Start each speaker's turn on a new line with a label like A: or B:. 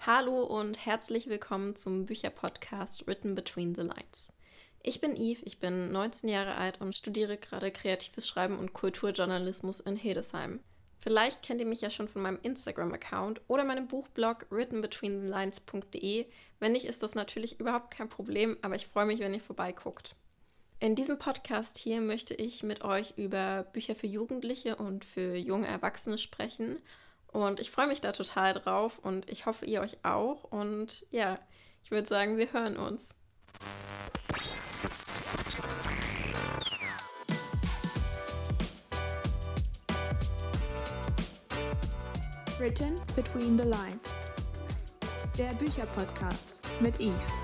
A: Hallo und herzlich willkommen zum Bücherpodcast Written Between the Lines. Ich bin Yves, ich bin 19 Jahre alt und studiere gerade kreatives Schreiben und Kulturjournalismus in Hildesheim. Vielleicht kennt ihr mich ja schon von meinem Instagram-Account oder meinem Buchblog writtenbetweenthelines.de. Wenn nicht, ist das natürlich überhaupt kein Problem, aber ich freue mich, wenn ihr vorbeiguckt. In diesem Podcast hier möchte ich mit euch über Bücher für Jugendliche und für junge Erwachsene sprechen. Und ich freue mich da total drauf und ich hoffe, ihr euch auch. Und ja, ich würde sagen, wir hören uns.
B: Written Between the Lines. Der Bücherpodcast mit Yves.